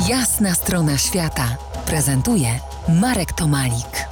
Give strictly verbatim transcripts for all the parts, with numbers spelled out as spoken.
Jasna strona świata prezentuje Marek Tomalik.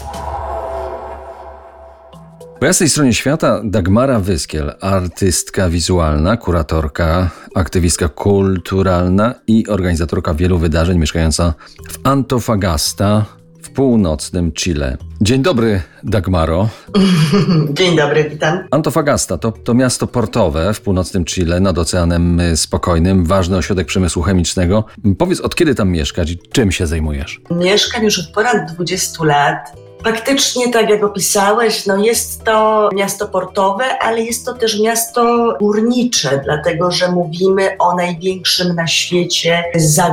Po jasnej stronie świata Dagmara Wyskiel, artystka wizualna, kuratorka, aktywistka kulturalna i organizatorka wielu wydarzeń, mieszkająca w Antofagasta w północnym Chile. Dzień dobry, Dagmaro. Dzień dobry, witam. Antofagasta to, to miasto portowe w północnym Chile nad Oceanem Spokojnym, ważny ośrodek przemysłu chemicznego. Powiedz, od kiedy tam mieszkasz i czym się zajmujesz? Mieszkam już od ponad dwudziestu lat. Faktycznie, tak jak opisałeś, no jest to miasto portowe, ale jest to też miasto górnicze, dlatego że mówimy o największym na świecie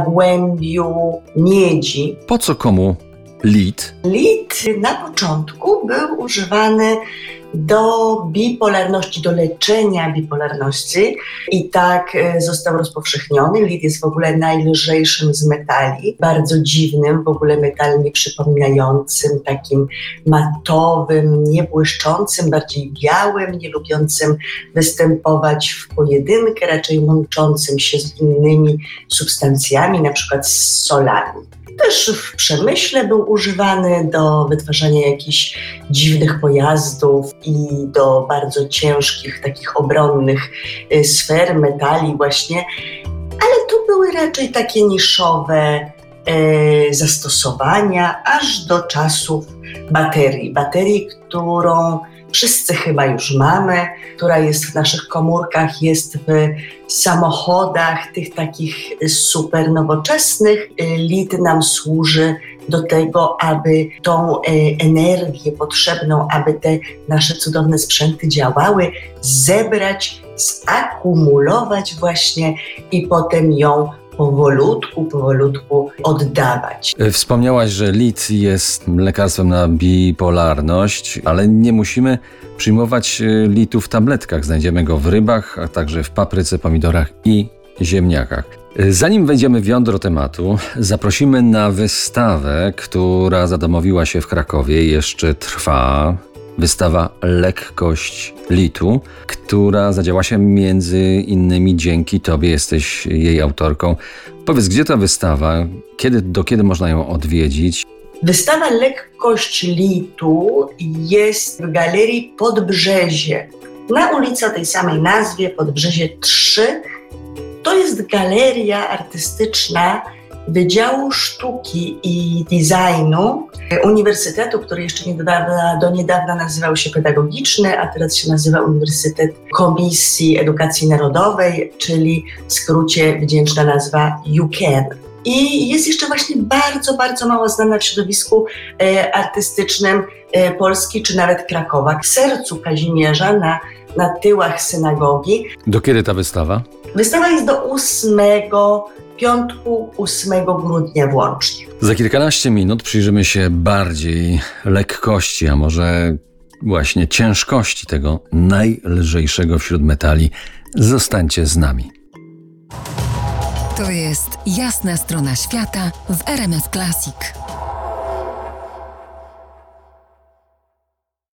zagłębiu miedzi. Po co komu lit? Lit na początku był używany do bipolarności, do leczenia bipolarności i tak został rozpowszechniony. Lit jest w ogóle najlżejszym z metali, bardzo dziwnym, w ogóle metal nieprzypominającym, takim matowym, niebłyszczącym, bardziej białym, nie lubiącym występować w pojedynkę, raczej łączącym się z innymi substancjami, na przykład z solami. Też w przemyśle był używany do wytwarzania jakichś dziwnych pojazdów i do bardzo ciężkich, takich obronnych sfer, metali właśnie, ale to były raczej takie niszowe e, zastosowania, aż do czasów baterii. Baterii, którą wszyscy chyba już mamy, która jest w naszych komórkach, jest w samochodach, tych takich super nowoczesnych. Lit nam służy do tego, aby tą energię potrzebną, aby te nasze cudowne sprzęty działały, zebrać, zakumulować właśnie i potem ją powolutku, powolutku oddawać. Wspomniałaś, że lit jest lekarstwem na bipolarność, ale nie musimy przyjmować litu w tabletkach. Znajdziemy go w rybach, a także w papryce, pomidorach i ziemniakach. Zanim wejdziemy w jądro tematu, zaprosimy na wystawę, która zadomowiła się w Krakowie, jeszcze trwa. Wystawa Lekkość litu, która zadziała się między innymi dzięki Tobie, jesteś jej autorką. Powiedz, gdzie ta wystawa, kiedy, do kiedy można ją odwiedzić? Wystawa Lekkość litu jest w Galerii Podbrzezie, na ulicy o tej samej nazwie, Podbrzezie trzy. To jest galeria artystyczna Wydziału Sztuki i Designu Uniwersytetu, który jeszcze niedawna, do niedawna nazywał się Pedagogiczny, a teraz się nazywa Uniwersytet Komisji Edukacji Narodowej, czyli w skrócie wdzięczna nazwa U K E N. I jest jeszcze właśnie bardzo, bardzo mało znana w środowisku e, artystycznym e, Polski czy nawet Krakowa. W sercu Kazimierza, na, na tyłach synagogi. Do kiedy ta wystawa? Wystawa jest do ósmego piątku, ósmego grudnia włącznie. Za kilkanaście minut przyjrzymy się bardziej lekkości, a może właśnie ciężkości tego najlżejszego wśród metali. Zostańcie z nami. To jest Jasna strona świata w R M F Classic.